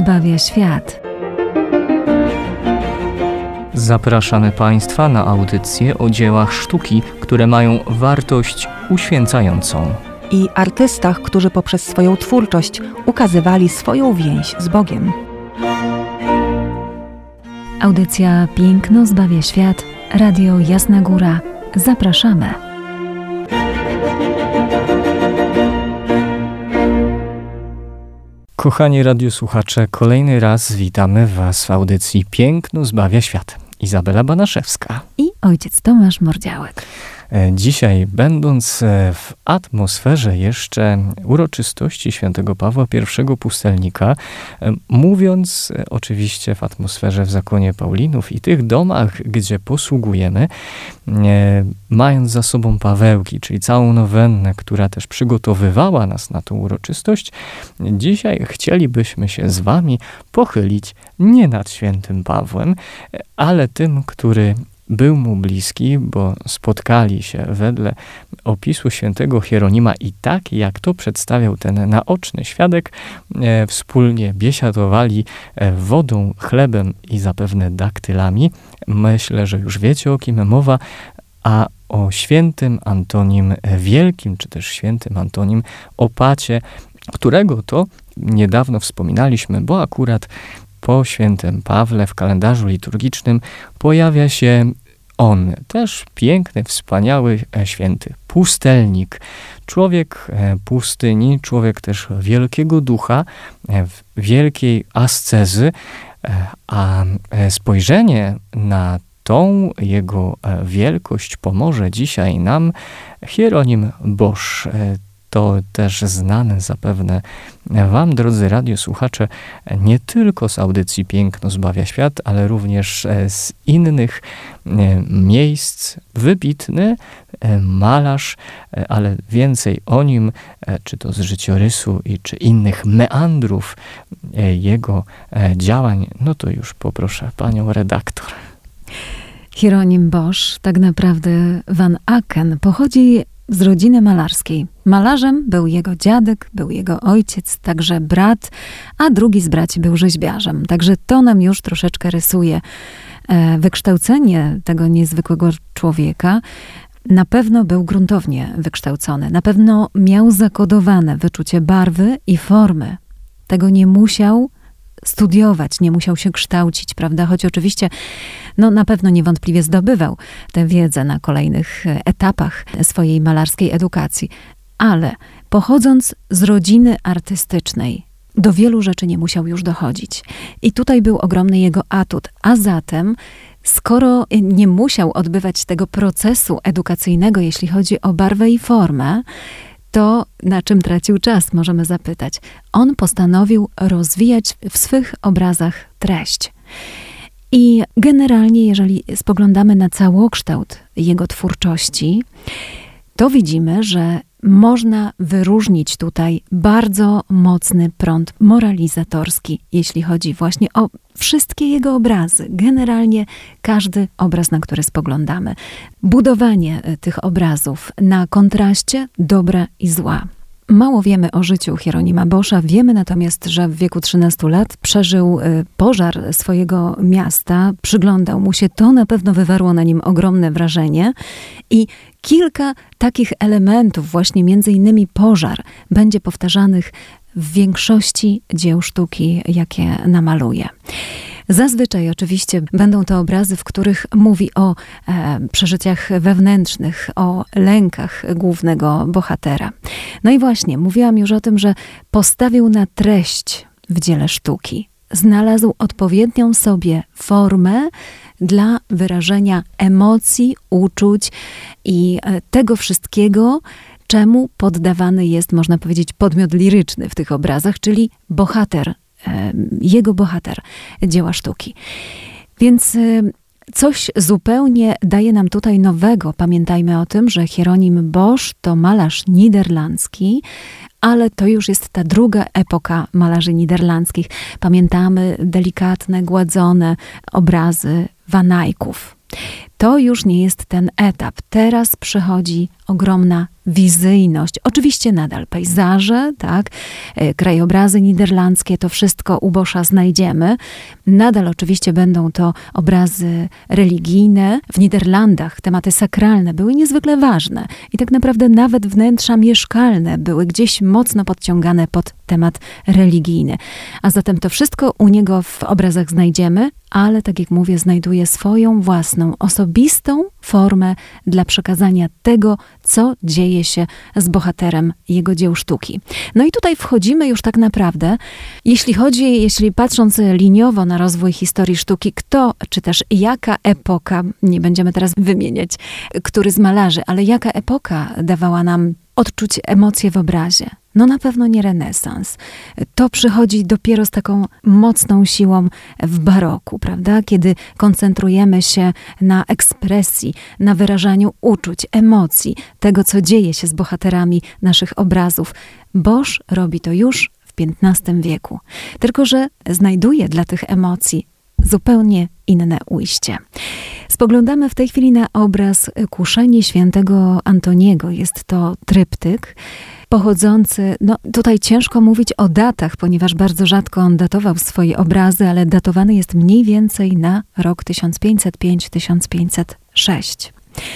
zbawia świat. Zapraszamy Państwa na audycję o dziełach sztuki, które mają wartość uświęcającą. I artystach, którzy poprzez swoją twórczość ukazywali swoją więź z Bogiem. Audycja Piękno zbawia świat. Radio Jasna Góra. Zapraszamy. Kochani radiosłuchacze, kolejny raz witamy Was w audycji Piękno zbawia świat. Izabela Banaszewska i ojciec Tomasz Mordziałek. Dzisiaj, będąc w atmosferze jeszcze uroczystości świętego Pawła I Pustelnika, mówiąc oczywiście w atmosferze w zakonie Paulinów i tych domach, gdzie posługujemy, mając za sobą Pawełki, czyli całą nowennę, która też przygotowywała nas na tą uroczystość, dzisiaj chcielibyśmy się z Wami pochylić nie nad świętym Pawłem, ale tym, który był mu bliski, bo spotkali się wedle opisu świętego Hieronima i tak, jak to przedstawiał ten naoczny świadek, wspólnie biesiadowali wodą, chlebem i zapewne daktylami. Myślę, że już wiecie, o kim mowa, a o świętym Antonim Wielkim, czy też świętym Antonim Opacie, którego to niedawno wspominaliśmy, bo akurat po świętym Pawle w kalendarzu liturgicznym pojawia się on, też piękny, wspaniały święty pustelnik, człowiek pustyni, człowiek też wielkiego ducha, wielkiej ascezy, a spojrzenie na tą jego wielkość pomoże dzisiaj nam Hieronim Bosch. To też znane zapewne Wam, drodzy radiosłuchacze, nie tylko z audycji Piękno zbawia świat, ale również z innych miejsc. Wybitny malarz, ale więcej o nim, czy to z życiorysu, czy innych meandrów jego działań, no to już poproszę panią redaktor. Hieronim Bosch, tak naprawdę Van Aken, pochodzi z rodziny malarskiej. Malarzem był jego dziadek, był jego ojciec, także brat, a drugi z braci był rzeźbiarzem. Także to nam już troszeczkę rysuje wykształcenie tego niezwykłego człowieka. Na pewno był gruntownie wykształcony, na pewno miał zakodowane wyczucie barwy i formy. Tego nie musiał studiować, nie musiał się kształcić, prawda? Choć oczywiście, na pewno niewątpliwie zdobywał tę wiedzę na kolejnych etapach swojej malarskiej edukacji. Ale pochodząc z rodziny artystycznej, do wielu rzeczy nie musiał już dochodzić. I tutaj był ogromny jego atut. A zatem, skoro nie musiał odbywać tego procesu edukacyjnego, jeśli chodzi o barwę i formę, to na czym tracił czas, możemy zapytać. On postanowił rozwijać w swych obrazach treść. I generalnie, jeżeli spoglądamy na całokształt jego twórczości, to widzimy, że można wyróżnić tutaj bardzo mocny prąd moralizatorski, jeśli chodzi właśnie o wszystkie jego obrazy. Generalnie każdy obraz, na który spoglądamy. Budowanie tych obrazów na kontraście dobra i zła. Mało wiemy o życiu Hieronima Boscha, wiemy natomiast, że w wieku 13 lat przeżył pożar swojego miasta, przyglądał mu się, to na pewno wywarło na nim ogromne wrażenie i kilka takich elementów, właśnie między innymi pożar, będzie powtarzanych w większości dzieł sztuki, jakie namaluje. Zazwyczaj oczywiście będą to obrazy, w których mówi o przeżyciach wewnętrznych, o lękach głównego bohatera. No i właśnie, mówiłam już o tym, że postawił na treść w dziele sztuki. Znalazł odpowiednią sobie formę dla wyrażenia emocji, uczuć i tego wszystkiego, czemu poddawany jest, można powiedzieć, podmiot liryczny w tych obrazach, czyli bohater, jego bohater dzieła sztuki. Więc coś zupełnie daje nam tutaj nowego. Pamiętajmy o tym, że Hieronim Bosch to malarz niderlandzki, ale to już jest ta druga epoka malarzy niderlandzkich. Pamiętamy delikatne, gładzone obrazy Van Eycków. To już nie jest ten etap. Teraz przychodzi ogromna wizyjność. Oczywiście nadal pejzaże, tak, krajobrazy niderlandzkie, to wszystko u Boscha znajdziemy. Nadal oczywiście będą to obrazy religijne. W Niderlandach tematy sakralne były niezwykle ważne i tak naprawdę nawet wnętrza mieszkalne były gdzieś mocno podciągane pod temat religijny. A zatem to wszystko u niego w obrazach znajdziemy, ale tak jak mówię, znajduje swoją własną, osobistą formę dla przekazania tego, co dzieje się z bohaterem jego dzieł sztuki. No i tutaj wchodzimy już tak naprawdę, jeśli patrząc liniowo na rozwój historii sztuki, kto, czy też jaka epoka, nie będziemy teraz wymieniać, który z malarzy, ale jaka epoka dawała nam odczuć emocje w obrazie? No na pewno nie renesans. To przychodzi dopiero z taką mocną siłą w baroku, prawda? Kiedy koncentrujemy się na ekspresji, na wyrażaniu uczuć, emocji, tego, co dzieje się z bohaterami naszych obrazów. Bosch robi to już w XV wieku. Tylko że znajduje dla tych emocji zupełnie inne ujście. Spoglądamy w tej chwili na obraz Kuszenie świętego Antoniego. Jest to tryptyk pochodzący, no tutaj ciężko mówić o datach, ponieważ bardzo rzadko on datował swoje obrazy, ale datowany jest mniej więcej na rok 1505-1506.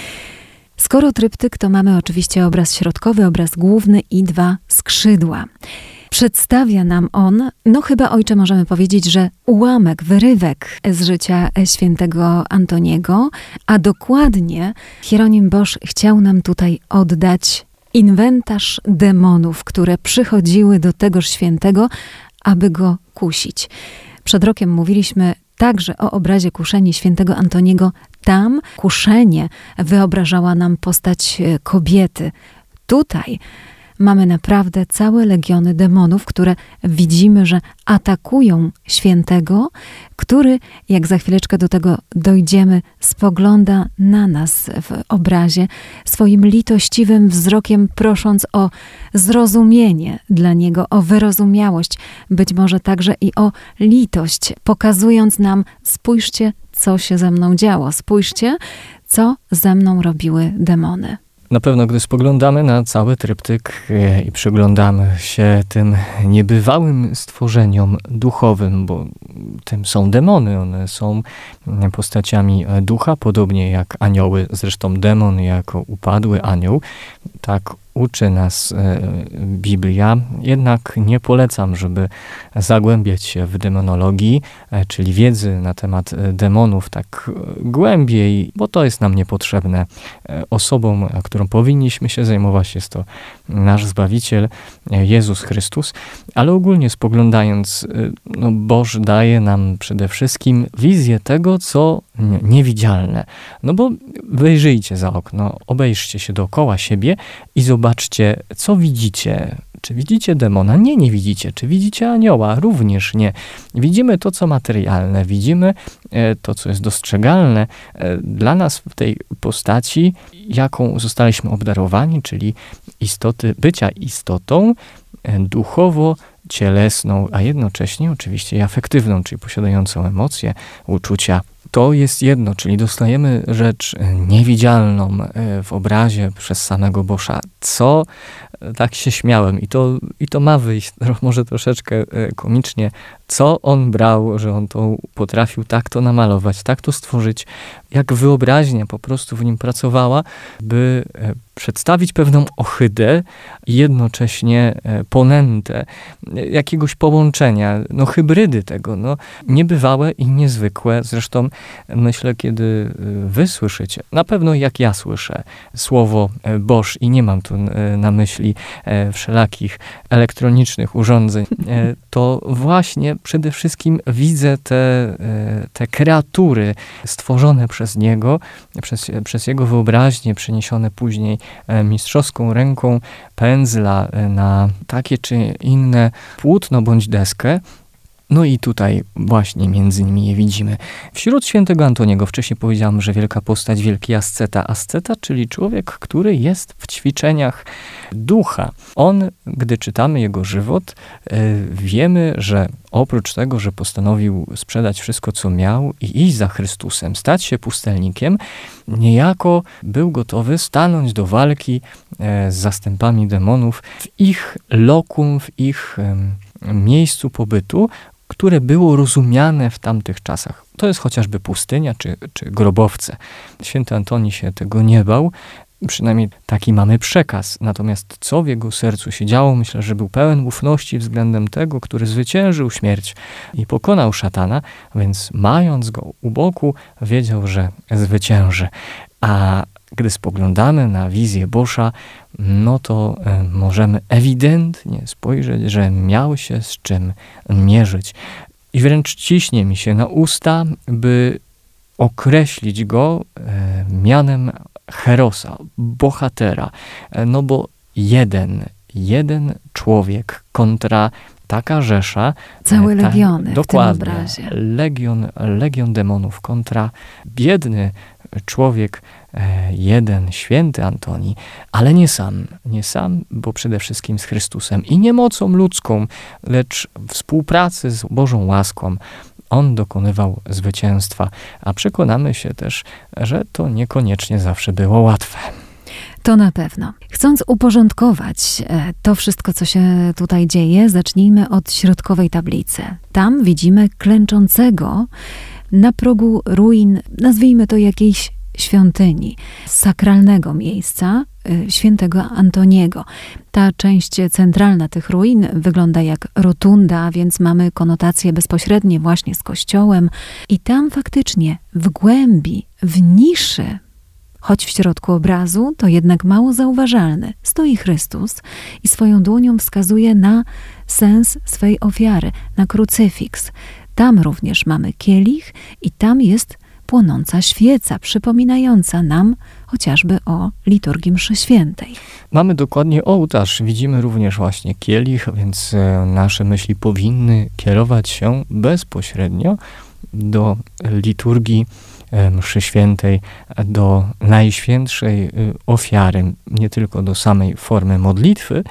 Skoro tryptyk, to mamy oczywiście obraz środkowy, obraz główny i 2 skrzydła. Przedstawia nam on, no chyba, ojcze, możemy powiedzieć, że ułamek, wyrywek z życia świętego Antoniego, a dokładnie Hieronim Bosch chciał nam tutaj oddać inwentarz demonów, które przychodziły do tegoż świętego, aby go kusić. Przed rokiem mówiliśmy także o obrazie Kuszenie świętego Antoniego. Tam kuszenie wyobrażała nam postać kobiety. Tutaj mamy naprawdę całe legiony demonów, które widzimy, że atakują świętego, który, jak za chwileczkę do tego dojdziemy, spogląda na nas w obrazie swoim litościwym wzrokiem, prosząc o zrozumienie dla niego, o wyrozumiałość, być może także i o litość, pokazując nam: spójrzcie, co się ze mną działo, spójrzcie, co ze mną robiły demony. Na pewno, gdy spoglądamy na cały tryptyk i przyglądamy się tym niebywałym stworzeniom duchowym, bo tym są demony, one są postaciami ducha, podobnie jak anioły. Zresztą demon jako upadły anioł, tak uczy nas Biblia. Jednak nie polecam, żeby zagłębiać się w demonologii, czyli wiedzy na temat demonów tak głębiej, bo to jest nam niepotrzebne. Osobą, którą powinniśmy się zajmować, jest to nasz Zbawiciel, Jezus Chrystus. Ale ogólnie spoglądając, Boż daje nam przede wszystkim wizję tego, co niewidzialne. No bo wyjrzyjcie za okno, obejrzcie się dookoła siebie i zobaczcie, co widzicie. Czy widzicie demona? Nie widzicie. Czy widzicie anioła? Również nie. Widzimy to, co materialne. Widzimy to, co jest dostrzegalne dla nas w tej postaci, jaką zostaliśmy obdarowani, czyli bycia istotą duchowo-cielesną, a jednocześnie oczywiście i afektywną, czyli posiadającą emocje, uczucia. To jest jedno, czyli dostajemy rzecz niewidzialną w obrazie przez samego Boscha. Co, tak się śmiałem i to ma wyjść może troszeczkę komicznie, co on brał, że on to potrafił tak to namalować, tak to stworzyć, jak wyobraźnia po prostu w nim pracowała, by przedstawić pewną ohydę i jednocześnie ponętę jakiegoś połączenia, hybrydy tego, niebywałe i niezwykłe. Zresztą myślę, kiedy wy słyszycie, na pewno jak ja słyszę słowo Bosch i nie mam tu na myśli wszelakich elektronicznych urządzeń, to właśnie przede wszystkim widzę te kreatury stworzone przez niego, przez jego wyobraźnię, przeniesione później mistrzowską ręką pędzla na takie czy inne płótno bądź deskę. No i tutaj właśnie między nimi je widzimy. Wśród świętego Antoniego, wcześniej powiedziałem, że wielka postać, wielki asceta. Asceta, czyli człowiek, który jest w ćwiczeniach ducha. On, gdy czytamy jego żywot, wiemy, że oprócz tego, że postanowił sprzedać wszystko, co miał i iść za Chrystusem, stać się pustelnikiem, niejako był gotowy stanąć do walki z zastępami demonów w ich lokum, w ich miejscu pobytu, które było rozumiane w tamtych czasach. To jest chociażby pustynia czy grobowce. Święty Antoni się tego nie bał, przynajmniej taki mamy przekaz. Natomiast co w jego sercu się działo, myślę, że był pełen ufności względem tego, który zwyciężył śmierć i pokonał szatana, więc mając go u boku, wiedział, że zwycięży. A gdy spoglądamy na wizję Boscha, no to możemy ewidentnie spojrzeć, że miał się z czym mierzyć. I wręcz ciśnie mi się na usta, by określić go mianem herosa, bohatera. No bo jeden człowiek kontra taka rzesza. Całe legiony dokładnie, w tym obrazie. Legion demonów kontra biedny człowiek, jeden święty Antoni, ale nie sam, bo przede wszystkim z Chrystusem i nie mocą ludzką, lecz współpracy z Bożą łaską. On dokonywał zwycięstwa, a przekonamy się też, że to niekoniecznie zawsze było łatwe. To na pewno. Chcąc uporządkować to wszystko, co się tutaj dzieje, zacznijmy od środkowej tablicy. Tam widzimy klęczącego na progu ruin, nazwijmy to jakiejś świątyni, sakralnego miejsca świętego Antoniego. Ta część centralna tych ruin wygląda jak rotunda, więc mamy konotacje bezpośrednie właśnie z kościołem. I tam faktycznie w głębi, w niszy, choć w środku obrazu, to jednak mało zauważalny, stoi Chrystus i swoją dłonią wskazuje na sens swej ofiary, na krucyfiks. Tam również mamy kielich i tam jest płonąca świeca, przypominająca nam chociażby o liturgii mszy świętej. Mamy dokładnie ołtarz, widzimy również właśnie kielich, więc nasze myśli powinny kierować się bezpośrednio do liturgii mszy świętej, do najświętszej ofiary, nie tylko do samej formy modlitwy,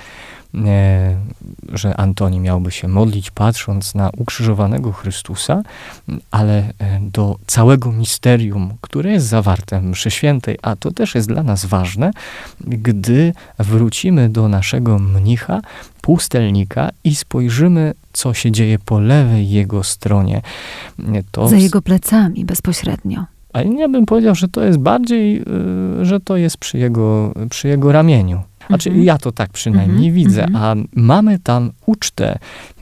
że Antoni miałby się modlić patrząc na ukrzyżowanego Chrystusa, ale do całego misterium, które jest zawarte w mszy świętej, a to też jest dla nas ważne, gdy wrócimy do naszego mnicha, pustelnika i spojrzymy, co się dzieje po lewej jego stronie. Za jego plecami bezpośrednio. A ja bym powiedział, że to jest bardziej, że to jest przy jego ramieniu. Znaczy, ja to tak przynajmniej widzę, a mamy tam ucztę,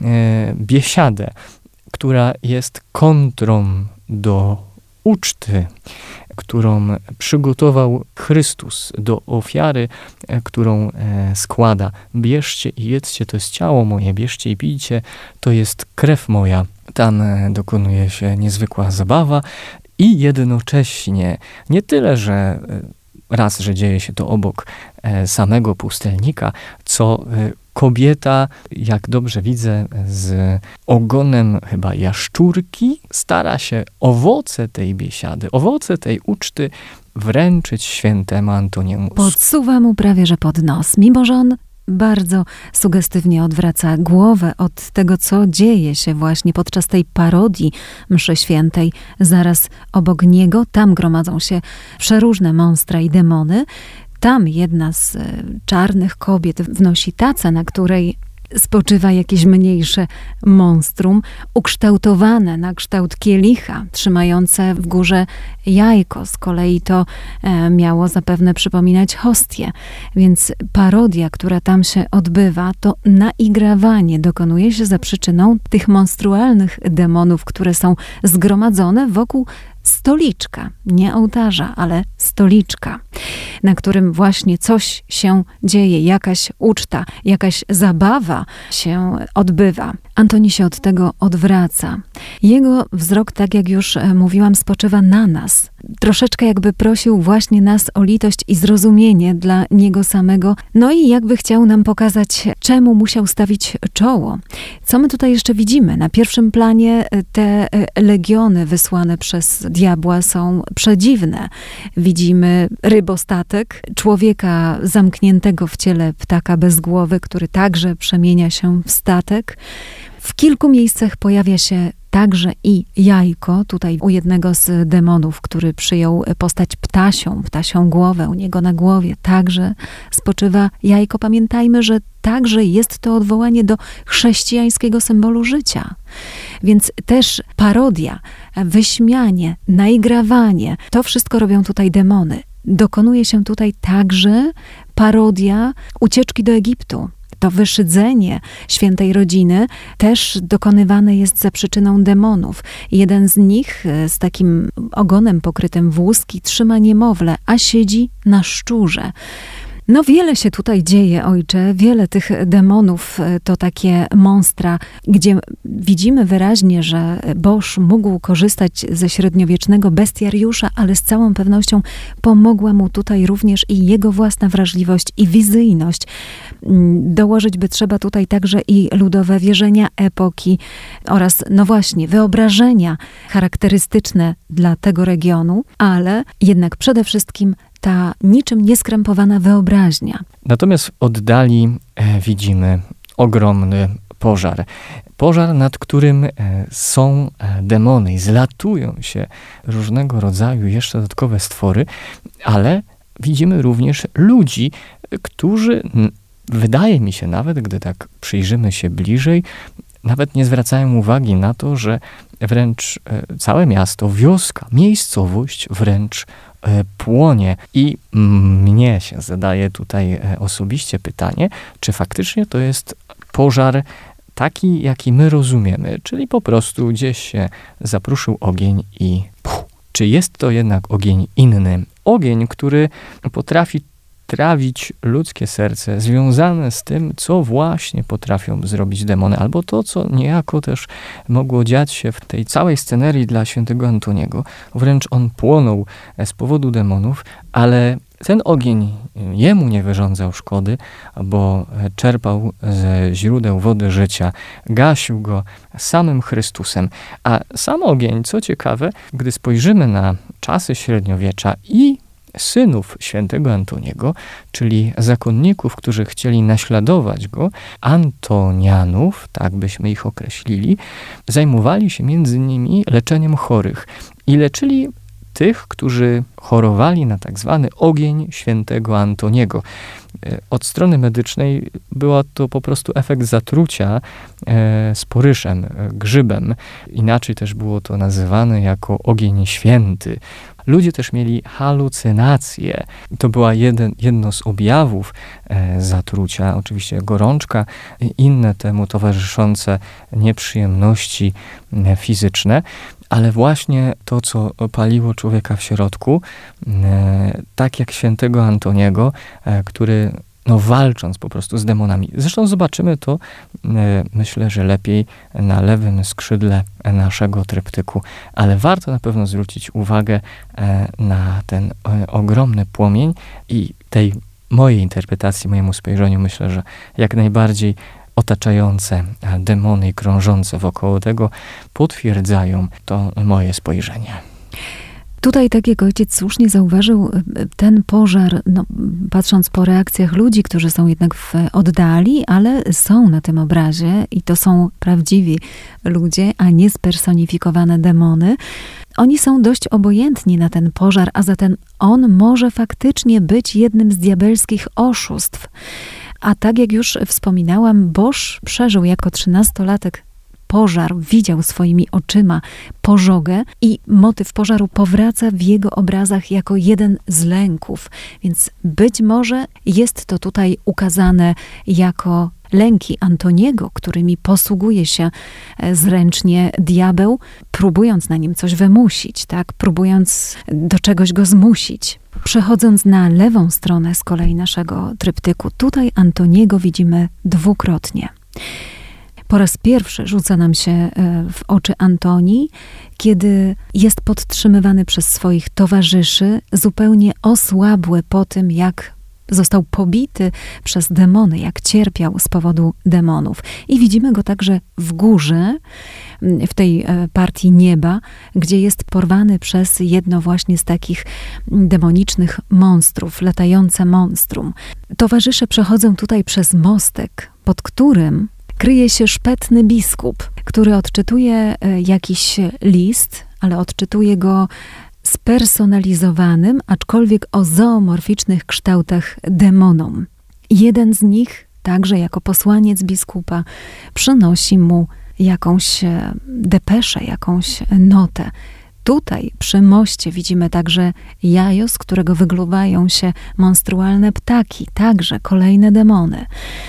biesiadę, która jest kontrą do uczty, którą przygotował Chrystus do ofiary, którą składa. Bierzcie i jedzcie, to jest ciało moje, bierzcie i pijcie, to jest krew moja. Tam dokonuje się niezwykła zabawa i jednocześnie nie tyle, że że dzieje się to obok samego pustelnika, co kobieta, jak dobrze widzę, z ogonem chyba jaszczurki, stara się owoce tej biesiady, owoce tej uczty wręczyć świętemu Antoniemu. Podsuwa mu prawie że pod nos, mimo że on bardzo sugestywnie odwraca głowę od tego, co dzieje się właśnie podczas tej parodii mszy świętej. Zaraz obok niego, tam gromadzą się przeróżne monstra i demony. Tam jedna z czarnych kobiet wnosi tacę, na której spoczywa jakieś mniejsze monstrum, ukształtowane na kształt kielicha, trzymające w górze jajko. Z kolei to miało zapewne przypominać hostię. Więc parodia, która tam się odbywa, to naigrawanie dokonuje się za przyczyną tych monstrualnych demonów, które są zgromadzone wokół stoliczka, nie ołtarza, ale stoliczka, na którym właśnie coś się dzieje, jakaś uczta, jakaś zabawa się odbywa. Antoni się od tego odwraca. Jego wzrok, tak jak już mówiłam, spoczywa na nas. Troszeczkę jakby prosił właśnie nas o litość i zrozumienie dla niego samego. No i jakby chciał nam pokazać, czemu musiał stawić czoło. Co my tutaj jeszcze widzimy? Na pierwszym planie te legiony wysłane przez diabła są przedziwne. Widzimy rybostatek, człowieka zamkniętego w ciele ptaka bez głowy, który także przemienia się w statek. W kilku miejscach pojawia się także i jajko, tutaj u jednego z demonów, który przyjął postać ptasią głowę, u niego na głowie także spoczywa jajko. Pamiętajmy, że także jest to odwołanie do chrześcijańskiego symbolu życia. Więc też parodia, wyśmianie, naigrawanie, to wszystko robią tutaj demony. Dokonuje się tutaj także parodia ucieczki do Egiptu. To wyszydzenie świętej rodziny też dokonywane jest za przyczyną demonów. Jeden z nich z takim ogonem pokrytym w łuski trzyma niemowlę, a siedzi na szczurze. No wiele się tutaj dzieje, ojcze, wiele tych demonów to takie monstra, gdzie widzimy wyraźnie, że Boż mógł korzystać ze średniowiecznego bestiariusza, ale z całą pewnością pomogła mu tutaj również i jego własna wrażliwość i wizyjność. Dołożyć by trzeba tutaj także i ludowe wierzenia epoki oraz, no właśnie, wyobrażenia charakterystyczne dla tego regionu, ale jednak przede wszystkim ta niczym nieskrępowana wyobraźnia. Natomiast w oddali widzimy ogromny pożar. Pożar, nad którym są demony i zlatują się różnego rodzaju jeszcze dodatkowe stwory, ale widzimy również ludzi, którzy, wydaje mi się nawet, gdy tak przyjrzymy się bliżej, nawet nie zwracają uwagi na to, że wręcz całe miasto, wioska, miejscowość wręcz płonie. I mnie się zadaje tutaj osobiście pytanie, czy faktycznie to jest pożar taki, jaki my rozumiemy, czyli po prostu gdzieś się zapruszył ogień i czy jest to jednak ogień inny? Ogień, który potrafi trawić ludzkie serce, związane z tym, co właśnie potrafią zrobić demony, albo to, co niejako też mogło dziać się w tej całej scenerii dla świętego Antoniego. Wręcz on płonął z powodu demonów, ale ten ogień jemu nie wyrządzał szkody, bo czerpał ze źródeł wody życia, gasił go samym Chrystusem. A sam ogień, co ciekawe, gdy spojrzymy na czasy średniowiecza i synów świętego Antoniego, czyli zakonników, którzy chcieli naśladować go, Antonianów, tak byśmy ich określili, zajmowali się między innymi leczeniem chorych i leczyli tych, którzy chorowali na tak zwany ogień świętego Antoniego. Od strony medycznej była to po prostu efekt zatrucia sporyszem, grzybem. Inaczej też było to nazywane jako ogień święty. Ludzie też mieli halucynacje. To była jedno z objawów zatrucia. Oczywiście gorączka i inne temu towarzyszące nieprzyjemności fizyczne. Ale właśnie to, co paliło człowieka w środku, tak jak świętego Antoniego, który walcząc po prostu z demonami. Zresztą zobaczymy to, myślę, że lepiej na lewym skrzydle naszego tryptyku, ale warto na pewno zwrócić uwagę na ten ogromny płomień i tej mojej interpretacji, mojemu spojrzeniu, myślę, że jak najbardziej otaczające demony i krążące wokoło tego potwierdzają to moje spojrzenie. Tutaj, tak jak ojciec słusznie zauważył, ten pożar, patrząc po reakcjach ludzi, którzy są jednak w oddali, ale są na tym obrazie i to są prawdziwi ludzie, a nie spersonifikowane demony, oni są dość obojętni na ten pożar, a zatem on może faktycznie być jednym z diabelskich oszustw. A tak jak już wspominałam, Boż przeżył jako 13-latek pożar, widział swoimi oczyma pożogę i motyw pożaru powraca w jego obrazach jako jeden z lęków. Więc być może jest to tutaj ukazane jako lęki Antoniego, którymi posługuje się zręcznie diabeł, próbując na nim coś wymusić, tak? Próbując do czegoś go zmusić. Przechodząc na lewą stronę z kolei naszego tryptyku, tutaj Antoniego widzimy dwukrotnie. po raz pierwszy rzuca nam się w oczy Antoni, kiedy jest podtrzymywany przez swoich towarzyszy, zupełnie osłabły po tym, jak został pobity przez demony, jak cierpiał z powodu demonów. I widzimy go także w górze, w tej partii nieba, gdzie jest porwany przez jedno właśnie z takich demonicznych monstrów, latające monstrum. Towarzysze przechodzą tutaj przez mostek, pod którym kryje się szpetny biskup, który odczytuje jakiś list, ale odczytuje go spersonalizowanym, aczkolwiek o zoomorficznych kształtach demonom. Jeden z nich, także jako posłaniec biskupa, przynosi mu jakąś depeszę, jakąś notę. Tutaj przy moście widzimy także jajo, z którego wygluwają się monstrualne ptaki, także kolejne demony.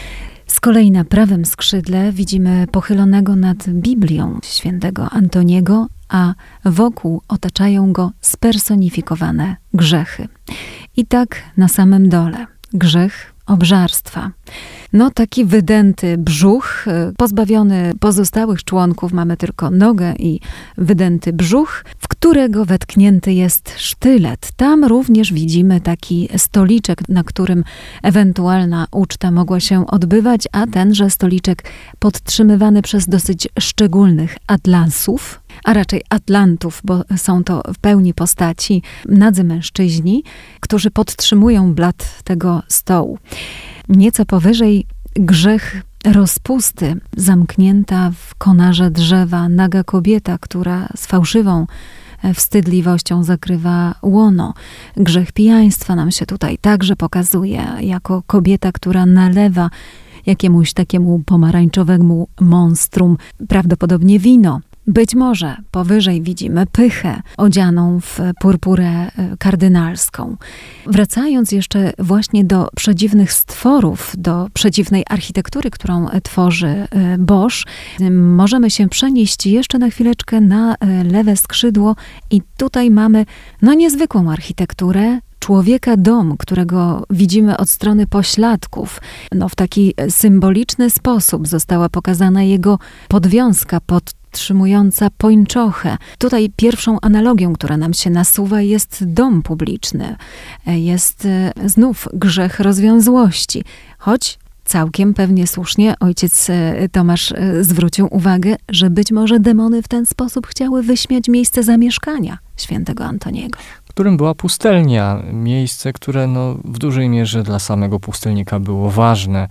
Z kolei na prawym skrzydle widzimy pochylonego nad Biblią świętego Antoniego, a wokół otaczają go spersonifikowane grzechy. I tak na samym dole grzech obżarstwa. No taki wydęty brzuch, pozbawiony pozostałych członków, mamy tylko nogę i wydęty brzuch, w którego wetknięty jest sztylet. Tam również widzimy taki stoliczek, na którym ewentualna uczta mogła się odbywać, a tenże stoliczek podtrzymywany przez dosyć szczególnych atlasów, a raczej atlantów, bo są to w pełni postaci nadzy mężczyźni, którzy podtrzymują blat tego stołu. Nieco powyżej grzech rozpusty, zamknięta w konarze drzewa naga kobieta, która z fałszywą wstydliwością zakrywa łono. Grzech pijaństwa nam się tutaj także pokazuje jako kobieta, która nalewa jakiemuś takiemu pomarańczowemu monstrum, prawdopodobnie wino. Być może powyżej widzimy pychę odzianą w purpurę kardynalską. Wracając jeszcze właśnie do przedziwnych stworów, do przedziwnej architektury, którą tworzy Bosch, możemy się przenieść jeszcze na chwileczkę na lewe skrzydło i tutaj mamy niezwykłą architekturę, człowieka dom, którego widzimy od strony pośladków. W taki symboliczny sposób została pokazana jego podwiązka podtrzymująca pończochę. Tutaj pierwszą analogią, która nam się nasuwa, jest dom publiczny. Jest znów grzech rozwiązłości, choć całkiem pewnie słusznie ojciec Tomasz zwrócił uwagę, że być może demony w ten sposób chciały wyśmiać miejsce zamieszkania świętego Antoniego. Którym była pustelnia, miejsce, które w dużej mierze dla samego pustelnika było ważne,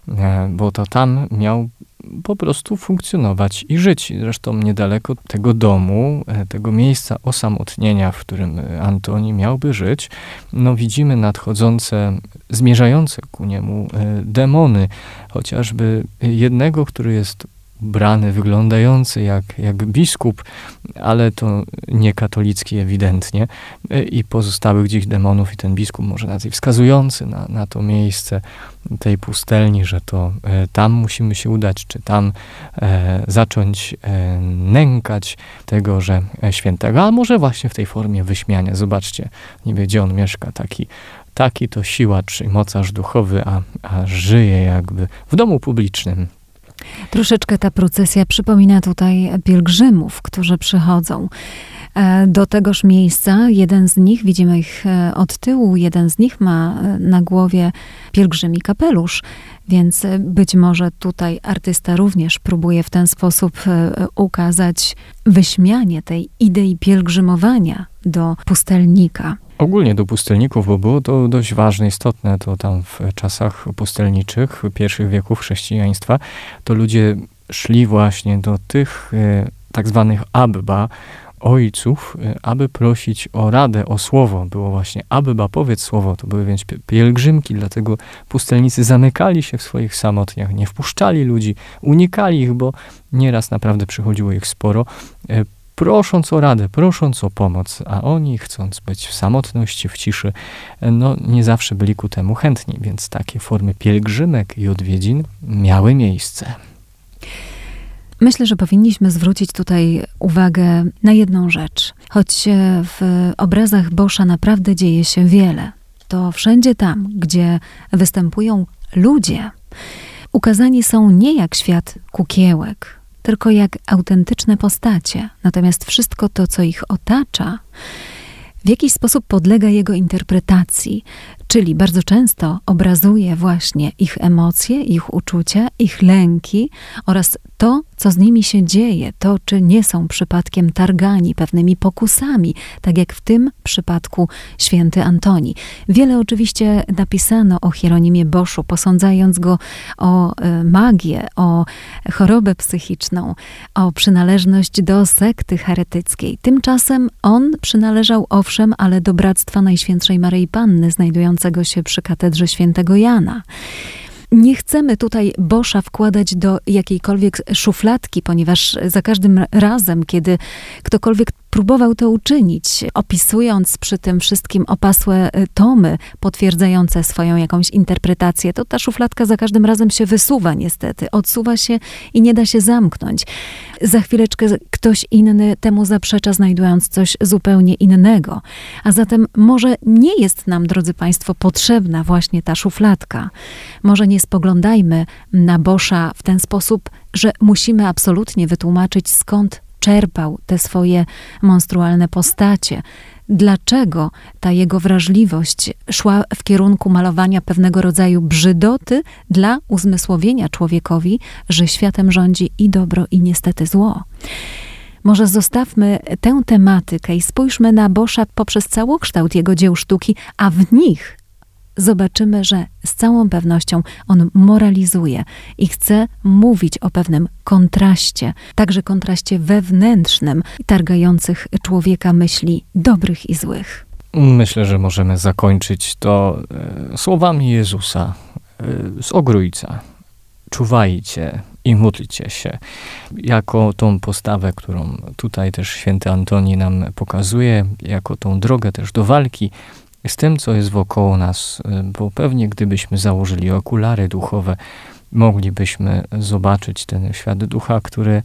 bo to tam miał po prostu funkcjonować i żyć. Zresztą niedaleko tego domu, tego miejsca osamotnienia, w którym Antoni miałby żyć, widzimy nadchodzące, zmierzające ku niemu demony, chociażby jednego, który jest ubrany, wyglądający jak biskup, ale to nie katolicki ewidentnie, i pozostałych gdzieś demonów, i ten biskup może raczej wskazujący na to miejsce tej pustelni, że to tam musimy się udać, czy tam zacząć nękać tegoże świętego, a może właśnie w tej formie wyśmiania. Zobaczcie, niby gdzie on mieszka, taki to siłacz i mocarz duchowy, a żyje jakby w domu publicznym. Troszeczkę ta procesja przypomina tutaj pielgrzymów, którzy przychodzą do tegoż miejsca. Jeden z nich, widzimy ich od tyłu, jeden z nich ma na głowie pielgrzymi kapelusz, więc być może tutaj artysta również próbuje w ten sposób ukazać wyśmianie tej idei pielgrzymowania do pustelnika. Ogólnie do pustelników, bo było to dość ważne, istotne, to tam w czasach pustelniczych, pierwszych wieków chrześcijaństwa, to ludzie szli właśnie do tych tak zwanych abba, ojców, aby prosić o radę, o słowo. Było właśnie abba, powiedz słowo. To były więc pielgrzymki, dlatego pustelnicy zamykali się w swoich samotniach, nie wpuszczali ludzi, unikali ich, bo nieraz naprawdę przychodziło ich sporo, prosząc o radę, prosząc o pomoc, a oni, chcąc być w samotności, w ciszy, nie zawsze byli ku temu chętni, więc takie formy pielgrzymek i odwiedzin miały miejsce. Myślę, że powinniśmy zwrócić tutaj uwagę na jedną rzecz. Choć w obrazach Boscha naprawdę dzieje się wiele, to wszędzie tam, gdzie występują ludzie, ukazani są nie jak świat kukiełek, tylko jak autentyczne postacie. Natomiast wszystko to, co ich otacza, w jakiś sposób podlega jego interpretacji, czyli bardzo często obrazuje właśnie ich emocje, ich uczucia, ich lęki oraz to, co z nimi się dzieje, to, czy nie są przypadkiem targani pewnymi pokusami, tak jak w tym przypadku święty Antoni. Wiele oczywiście napisano o Hieronimie Boschu, posądzając go o magię, o chorobę psychiczną, o przynależność do sekty heretyckiej. Tymczasem on przynależał owszem, ale do Bractwa Najświętszej Maryi Panny, znajdującego się przy katedrze świętego Jana. Nie chcemy tutaj Boscha wkładać do jakiejkolwiek szufladki, ponieważ za każdym razem, kiedy ktokolwiek próbował to uczynić, opisując przy tym wszystkim opasłe tomy potwierdzające swoją jakąś interpretację, to ta szufladka za każdym razem się wysuwa niestety, odsuwa się i nie da się zamknąć. Za chwileczkę ktoś inny temu zaprzecza, znajdując coś zupełnie innego. A zatem może nie jest nam, drodzy Państwo, potrzebna właśnie ta szufladka. Może nie spoglądajmy na Boscha w ten sposób, że musimy absolutnie wytłumaczyć, skąd czerpał te swoje monstrualne postacie. Dlaczego ta jego wrażliwość szła w kierunku malowania pewnego rodzaju brzydoty dla uzmysłowienia człowiekowi, że światem rządzi i dobro, i niestety zło. Może zostawmy tę tematykę i spójrzmy na Boscha poprzez całokształt jego dzieł sztuki, a w nich zobaczymy, że z całą pewnością on moralizuje i chce mówić o pewnym kontraście, także kontraście wewnętrznym, targających człowieka myśli dobrych i złych. Myślę, że możemy zakończyć to słowami Jezusa z Ogrójca. Czuwajcie i módlcie się. Jako tą postawę, którą tutaj też święty Antoni nam pokazuje, jako tą drogę też do walki z tym, co jest wokoło nas, bo pewnie gdybyśmy założyli okulary duchowe, moglibyśmy zobaczyć ten świat ducha, który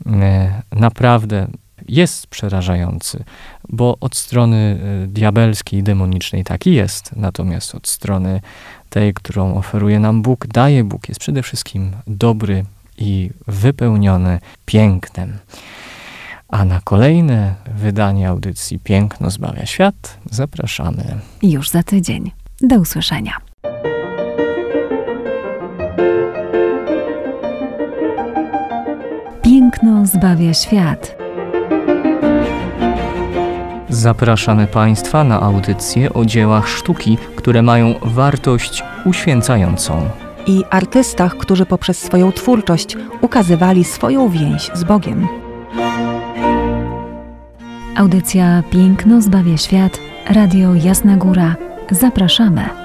naprawdę jest przerażający, bo od strony diabelskiej, demonicznej taki jest, natomiast od strony tej, którą oferuje nam Bóg, daje Bóg, jest przede wszystkim dobry i wypełniony pięknem. A na kolejne wydanie audycji Piękno zbawia świat zapraszamy już za tydzień. Do usłyszenia. Piękno zbawia świat. Zapraszamy Państwa na audycje o dziełach sztuki, które mają wartość uświęcającą. I artystach, którzy poprzez swoją twórczość ukazywali swoją więź z Bogiem. Audycja Piękno zbawia świat. Radio Jasna Góra. Zapraszamy.